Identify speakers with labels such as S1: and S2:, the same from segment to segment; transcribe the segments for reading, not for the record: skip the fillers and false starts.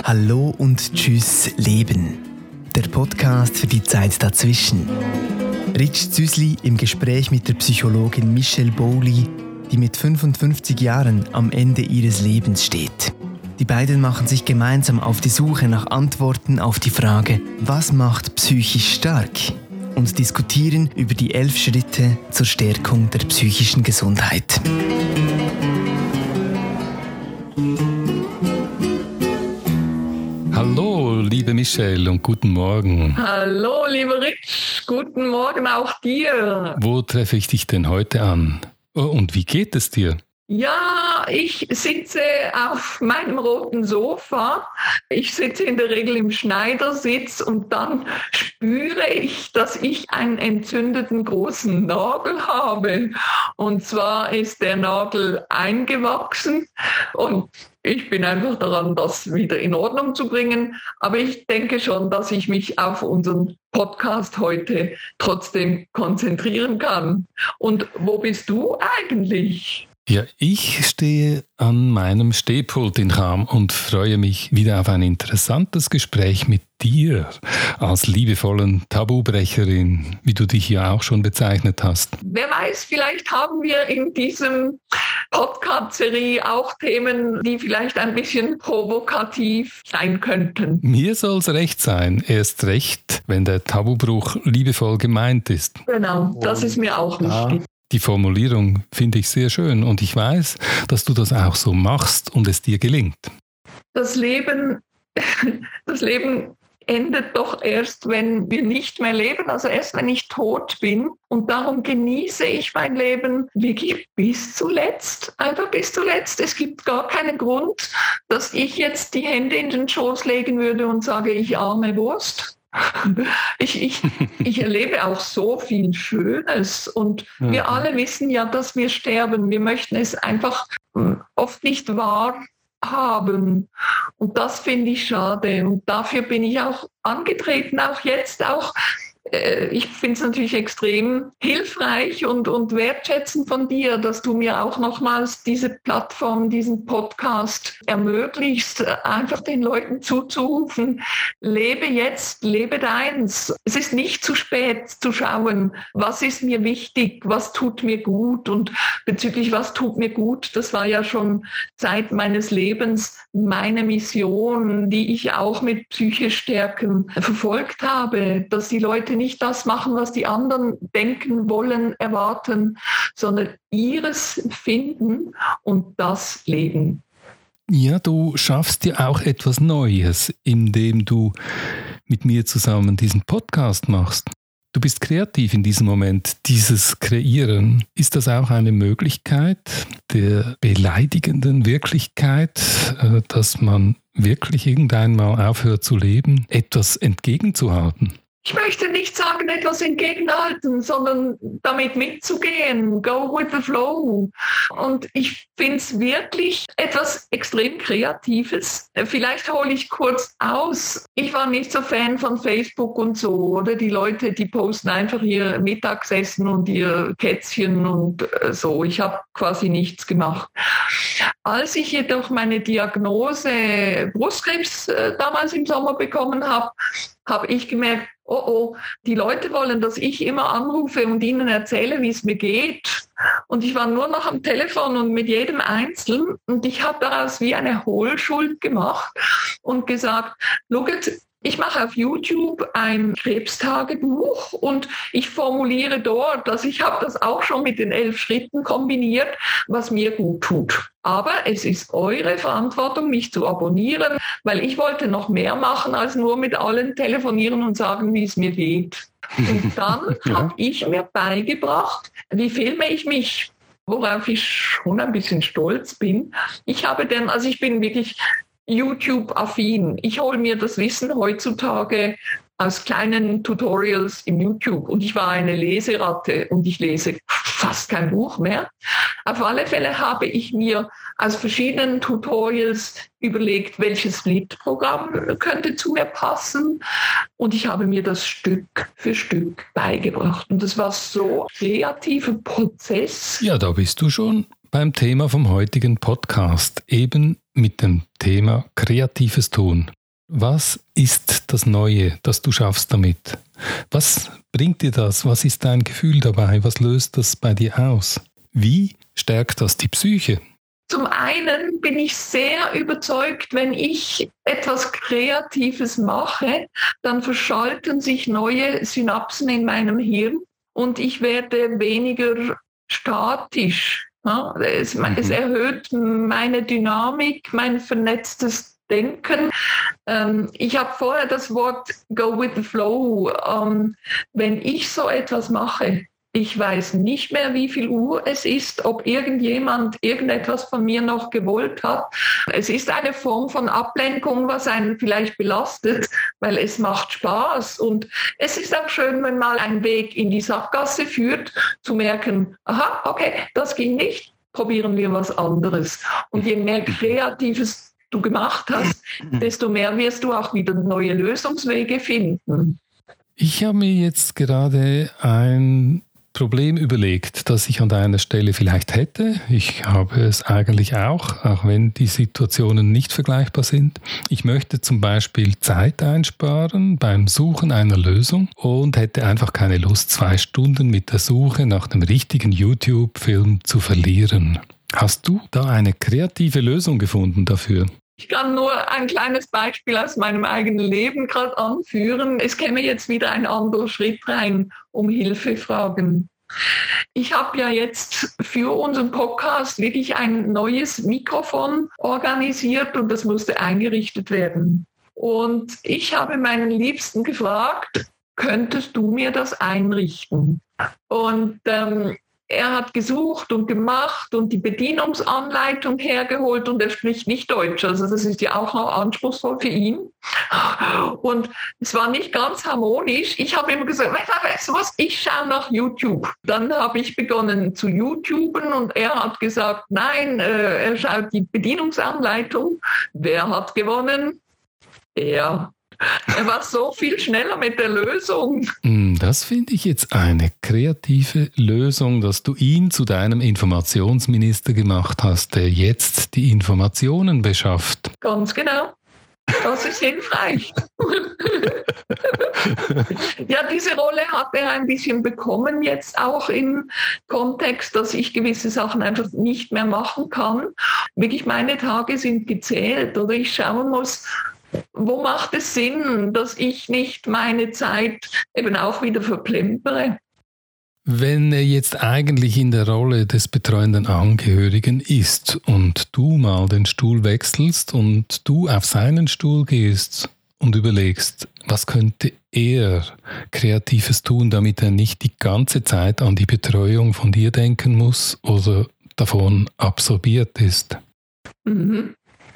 S1: Hallo und Tschüss Leben. Der Podcast für die Zeit dazwischen. Rich Züsli im Gespräch mit der Psychologin Michelle Bowley, die mit 55 Jahren am Ende ihres Lebens steht. Die beiden machen sich gemeinsam auf die Suche nach Antworten auf die Frage, was macht psychisch stark? Und diskutieren über die 11 Schritte zur Stärkung der psychischen Gesundheit.
S2: Hallo, liebe Michelle und guten Morgen.
S3: Hallo, lieber Rich, guten Morgen auch dir.
S2: Wo treffe ich dich denn heute an? Oh, und wie geht es dir?
S3: Ja, ich sitze auf meinem roten Sofa. Ich sitze in der Regel im Schneidersitz und dann spüre ich, dass ich einen entzündeten großen Nagel habe. Und zwar ist der Nagel eingewachsen und ich bin einfach daran, das wieder in Ordnung zu bringen. Aber ich denke schon, dass ich mich auf unseren Podcast heute trotzdem konzentrieren kann. Und wo bist du eigentlich?
S2: Ja, ich stehe an meinem Stehpult in Cham und freue mich wieder auf ein interessantes Gespräch mit dir als liebevollen Tabubrecherin, wie du dich ja auch schon bezeichnet hast.
S3: Wer weiß, vielleicht haben wir in diesem Podcast-Serie auch Themen, die vielleicht ein bisschen provokativ sein könnten.
S2: Mir soll es recht sein, erst recht, wenn der Tabubruch liebevoll gemeint ist.
S3: Genau, das ist mir auch wichtig.
S2: Die Formulierung finde ich sehr schön und ich weiß, dass du das auch so machst und es dir gelingt.
S3: Das Leben endet doch erst, wenn wir nicht mehr leben, also erst, wenn ich tot bin. Und darum genieße ich mein Leben wirklich bis zuletzt, einfach bis zuletzt. Es gibt gar keinen Grund, dass ich jetzt die Hände in den Schoß legen würde und sage, ich arme Wurst. Ich erlebe auch so viel Schönes und wir alle wissen ja, dass wir sterben. Wir möchten es einfach oft nicht wahrhaben und das finde ich schade und dafür bin ich auch angetreten, auch jetzt auch. Ich finde es natürlich extrem hilfreich und wertschätzend von dir, dass du mir auch nochmals diese Plattform, diesen Podcast ermöglichst, einfach den Leuten zuzurufen, lebe jetzt, lebe deins. Es ist nicht zu spät zu schauen, was ist mir wichtig, was tut mir gut und bezüglich was tut mir gut, das war ja schon Zeit meines Lebens meine Mission, die ich auch mit Psychisch Stärken verfolgt habe, dass die Leute nicht das machen, was die anderen denken, wollen, erwarten, sondern ihres finden und das leben.
S2: Ja, du schaffst ja auch etwas Neues, indem du mit mir zusammen diesen Podcast machst. Du bist kreativ in diesem Moment, dieses Kreieren. Ist das auch eine Möglichkeit der beleidigenden Wirklichkeit, dass man wirklich irgendeinmal aufhört zu leben, etwas entgegenzuhalten?
S3: Ich möchte nicht sagen, etwas entgegenhalten, sondern damit mitzugehen. Go with the flow. Und ich finde es wirklich etwas extrem Kreatives. Vielleicht hole ich kurz aus. Ich war nicht so Fan von Facebook und so, oder? Die Leute, die posten einfach ihr Mittagessen und ihr Kätzchen und so. Ich habe quasi nichts gemacht. Als ich jedoch meine Diagnose Brustkrebs damals im Sommer bekommen habe ich gemerkt, die Leute wollen, dass ich immer anrufe und ihnen erzähle, wie es mir geht. Und ich war nur noch am Telefon und mit jedem Einzelnen. Und ich habe daraus wie eine Hohlschuld gemacht und gesagt, schaut, ich mache auf YouTube ein Krebstagebuch und ich formuliere dort, dass ich habe das auch schon mit den 11 Schritten kombiniert, was mir gut tut. Aber es ist eure Verantwortung, mich zu abonnieren, weil ich wollte noch mehr machen, als nur mit allen telefonieren und sagen, wie es mir geht. Und dann habe ich mir beigebracht, wie filme ich mich, worauf ich schon ein bisschen stolz bin. Ich bin wirklich YouTube-affin. Ich hole mir das Wissen heutzutage aus kleinen Tutorials im YouTube. Und ich war eine Leseratte und ich lese fast kein Buch mehr. Auf alle Fälle habe ich mir aus verschiedenen Tutorials überlegt, welches Liedprogramm könnte zu mir passen. Und ich habe mir das Stück für Stück beigebracht. Und das war so ein kreativer Prozess.
S2: Ja, da bist du schon beim Thema vom heutigen Podcast, eben mit dem Thema kreatives Tun. Was ist das Neue, das du schaffst damit? Was bringt dir das? Was ist dein Gefühl dabei? Was löst das bei dir aus? Wie stärkt das die Psyche?
S3: Zum einen bin ich sehr überzeugt, wenn ich etwas Kreatives mache, dann verschalten sich neue Synapsen in meinem Hirn und ich werde weniger statisch. Ja, es erhöht meine Dynamik, mein vernetztes Denken. Ich habe vorher das Wort Go with the Flow. Wenn ich so etwas mache, ich weiß nicht mehr, wie viel Uhr es ist, ob irgendjemand irgendetwas von mir noch gewollt hat. Es ist eine Form von Ablenkung, was einen vielleicht belastet, weil es macht Spaß. Und es ist auch schön, wenn mal ein Weg in die Sackgasse führt, zu merken, aha, okay, das ging nicht, probieren wir was anderes. Und je mehr Kreatives du gemacht hast, desto mehr wirst du auch wieder neue Lösungswege finden.
S2: Ich habe mir jetzt gerade ein Problem überlegt, das ich an deiner Stelle vielleicht hätte. Ich habe es eigentlich auch wenn die Situationen nicht vergleichbar sind. Ich möchte zum Beispiel Zeit einsparen beim Suchen einer Lösung und hätte einfach keine Lust, 2 Stunden mit der Suche nach dem richtigen YouTube-Film zu verlieren. Hast du da eine kreative Lösung gefunden dafür?
S3: Ich kann nur ein kleines Beispiel aus meinem eigenen Leben gerade anführen. Es käme jetzt wieder ein anderer Schritt rein, um Hilfe fragen. Ich habe ja jetzt für unseren Podcast wirklich ein neues Mikrofon organisiert und das musste eingerichtet werden. Und ich habe meinen Liebsten gefragt, könntest du mir das einrichten? Und er hat gesucht und gemacht und die Bedienungsanleitung hergeholt und er spricht nicht Deutsch. Also das ist ja auch noch anspruchsvoll für ihn. Und es war nicht ganz harmonisch. Ich habe immer gesagt, weißt du was, ich schaue nach YouTube. Dann habe ich begonnen zu YouTuben und er hat gesagt, nein, er schaut die Bedienungsanleitung. Wer hat gewonnen? Er war so viel schneller mit der Lösung.
S2: Das finde ich jetzt eine kreative Lösung, dass du ihn zu deinem Informationsminister gemacht hast, der jetzt die Informationen beschafft.
S3: Ganz genau. Das ist hilfreich. Ja, diese Rolle hat er ein bisschen bekommen, jetzt auch im Kontext, dass ich gewisse Sachen einfach nicht mehr machen kann. Wirklich, meine Tage sind gezählt oder ich schauen muss, wo macht es Sinn, dass ich nicht meine Zeit eben auch wieder verplempere?
S2: Wenn er jetzt eigentlich in der Rolle des betreuenden Angehörigen ist und du mal den Stuhl wechselst und du auf seinen Stuhl gehst und überlegst, was könnte er Kreatives tun, damit er nicht die ganze Zeit an die Betreuung von dir denken muss oder davon absorbiert ist?
S3: Mhm.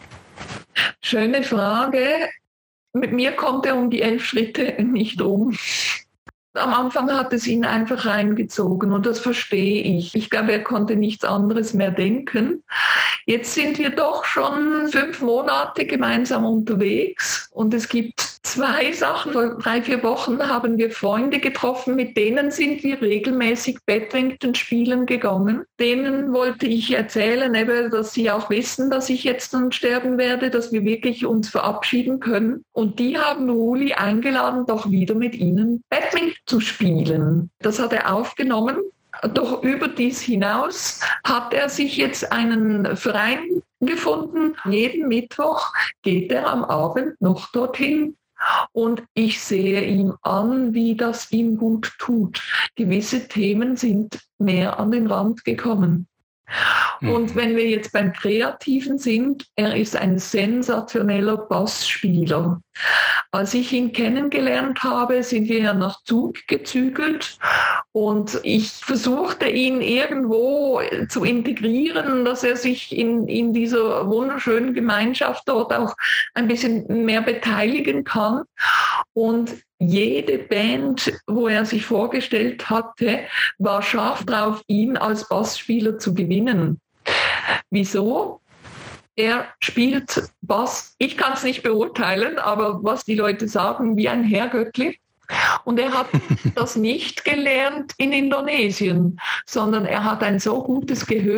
S3: Schöne Frage. Mit mir kommt er um die 11 Schritte nicht rum. Am Anfang hat es ihn einfach reingezogen und das verstehe ich. Ich glaube, er konnte nichts anderes mehr denken. Jetzt sind wir doch schon 5 Monate gemeinsam unterwegs und es gibt 2 Sachen. Vor 3-4 Wochen haben wir Freunde getroffen, mit denen sind wir regelmäßig Badminton spielen gegangen. Denen wollte ich erzählen, dass sie auch wissen, dass ich jetzt dann sterben werde, dass wir wirklich uns verabschieden können. Und die haben Uli eingeladen, doch wieder mit ihnen Badminton zu spielen. Das hat er aufgenommen. Doch über dies hinaus hat er sich jetzt einen Verein gefunden. Jeden Mittwoch geht er am Abend noch dorthin. Und ich sehe ihm an, wie das ihm gut tut. Gewisse Themen sind mehr an den Rand gekommen. Und wenn wir jetzt beim Kreativen sind, er ist ein sensationeller Bassspieler. Als ich ihn kennengelernt habe, sind wir ja nach Zug gezügelt und ich versuchte ihn irgendwo zu integrieren, dass er sich in dieser wunderschönen Gemeinschaft dort auch ein bisschen mehr beteiligen kann. Und jede Band, wo er sich vorgestellt hatte, war scharf drauf, ihn als Bassspieler zu gewinnen. Wieso? Er spielt Bass, ich kann es nicht beurteilen, aber was die Leute sagen, wie ein Herrgöttli. Und er hat das nicht gelernt in Indonesien, sondern er hat ein so gutes Gehör,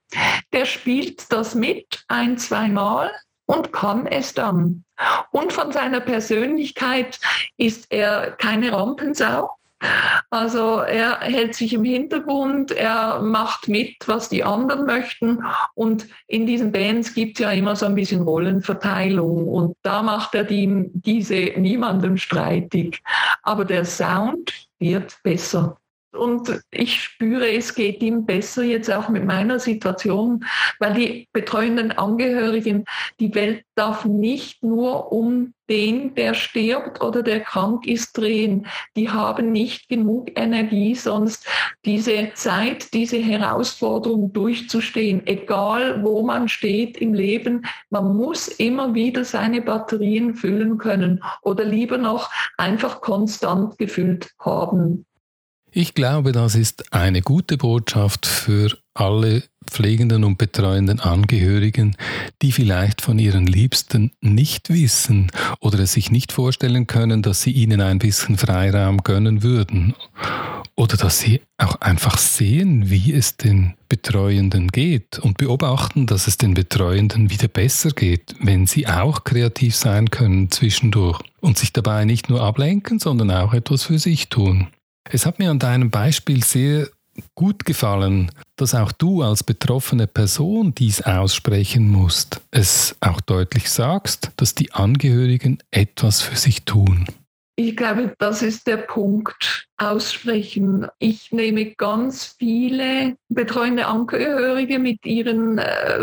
S3: der spielt das mit 1-2 Mal und kann es dann. Und von seiner Persönlichkeit ist er keine Rampensau. Also er hält sich im Hintergrund, er macht mit, was die anderen möchten, und in diesen Bands gibt es ja immer so ein bisschen Rollenverteilung und da macht er diese niemandem streitig. Aber der Sound wird besser. Und ich spüre, es geht ihm besser jetzt auch mit meiner Situation, weil die betreuenden Angehörigen, die Welt darf nicht nur um den, der stirbt oder der krank ist, drehen. Die haben nicht genug Energie, sonst diese Zeit, diese Herausforderung durchzustehen, egal wo man steht im Leben. Man muss immer wieder seine Batterien füllen können oder lieber noch einfach konstant gefüllt haben.
S2: Ich glaube, das ist eine gute Botschaft für alle pflegenden und betreuenden Angehörigen, die vielleicht von ihren Liebsten nicht wissen oder es sich nicht vorstellen können, dass sie ihnen ein bisschen Freiraum gönnen würden. Oder dass sie auch einfach sehen, wie es den Betreuenden geht und beobachten, dass es den Betreuenden wieder besser geht, wenn sie auch kreativ sein können zwischendurch und sich dabei nicht nur ablenken, sondern auch etwas für sich tun. Es hat mir an deinem Beispiel sehr gut gefallen, dass auch du als betroffene Person dies aussprechen musst, es auch deutlich sagst, dass die Angehörigen etwas für sich tun.
S3: Ich glaube, das ist der Punkt, aussprechen. Ich nehme ganz viele betreuende Angehörige mit ihren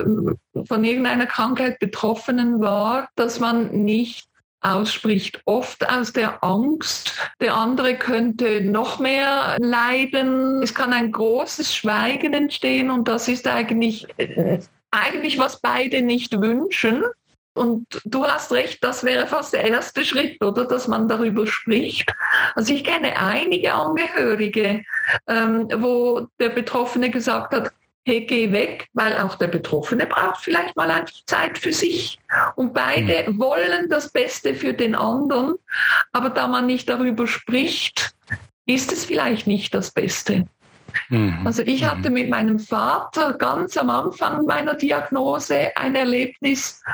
S3: von irgendeiner Krankheit Betroffenen wahr, dass man nicht ausspricht, oft aus der Angst, der andere könnte noch mehr leiden. Es kann ein großes Schweigen entstehen und das ist eigentlich was beide nicht wünschen. Und du hast recht, das wäre fast der erste Schritt, oder, dass man darüber spricht. Also ich kenne einige Angehörige, wo der Betroffene gesagt hat, hey, geh weg, weil auch der Betroffene braucht vielleicht mal einfach Zeit für sich. Und beide wollen das Beste für den anderen, aber da man nicht darüber spricht, ist es vielleicht nicht das Beste. Also ich hatte mit meinem Vater ganz am Anfang meiner Diagnose ein Erlebnis,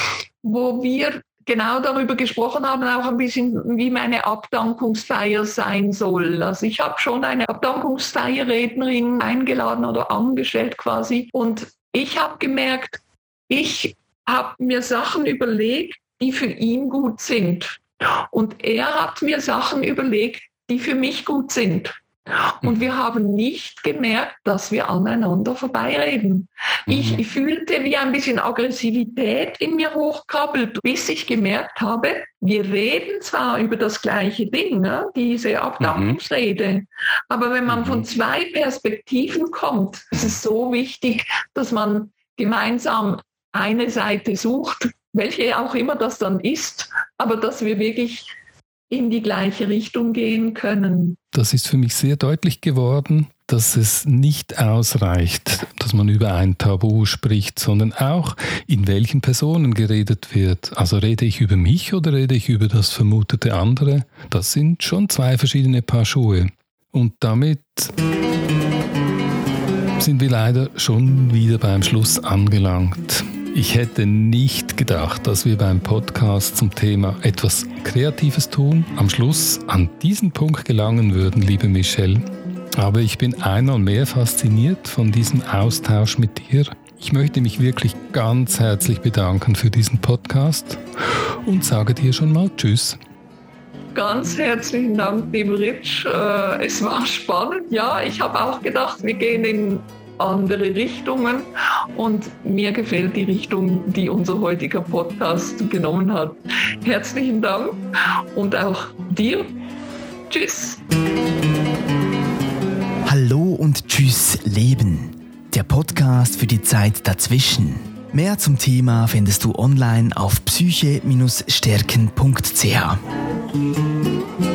S3: wo wir genau darüber gesprochen haben, auch ein bisschen, wie meine Abdankungsfeier sein soll. Also ich habe schon eine Abdankungsfeierrednerin eingeladen oder angestellt quasi. Und ich habe gemerkt, ich habe mir Sachen überlegt, die für ihn gut sind. Und er hat mir Sachen überlegt, die für mich gut sind. Und wir haben nicht gemerkt, dass wir aneinander vorbeireden. Ich fühlte, wie ein bisschen Aggressivität in mir hochkrabbelt, bis ich gemerkt habe, wir reden zwar über das gleiche Ding, ne, diese Abdankungsrede, aber wenn man von zwei Perspektiven kommt, ist es so wichtig, dass man gemeinsam eine Seite sucht, welche auch immer das dann ist, aber dass wir wirklich in die gleiche Richtung gehen können.
S2: Das ist für mich sehr deutlich geworden, dass es nicht ausreicht, dass man über ein Tabu spricht, sondern auch, in welchen Personen geredet wird. Also rede ich über mich oder rede ich über das vermutete andere? Das sind schon zwei verschiedene Paar Schuhe. Und damit sind wir leider schon wieder beim Schluss angelangt. Ich hätte nicht gedacht, dass wir beim Podcast zum Thema etwas Kreatives tun am Schluss an diesen Punkt gelangen würden, liebe Michelle. Aber ich bin einmal mehr fasziniert von diesem Austausch mit dir. Ich möchte mich wirklich ganz herzlich bedanken für diesen Podcast und sage dir schon mal Tschüss.
S3: Ganz herzlichen Dank, lieber Rich. Es war spannend. Ja, ich habe auch gedacht, wir gehen in andere Richtungen und mir gefällt die Richtung, die unser heutiger Podcast genommen hat. Herzlichen Dank und auch dir. Tschüss.
S1: Hallo und Tschüss Leben. Der Podcast für die Zeit dazwischen. Mehr zum Thema findest du online auf psyche-stärken.ch.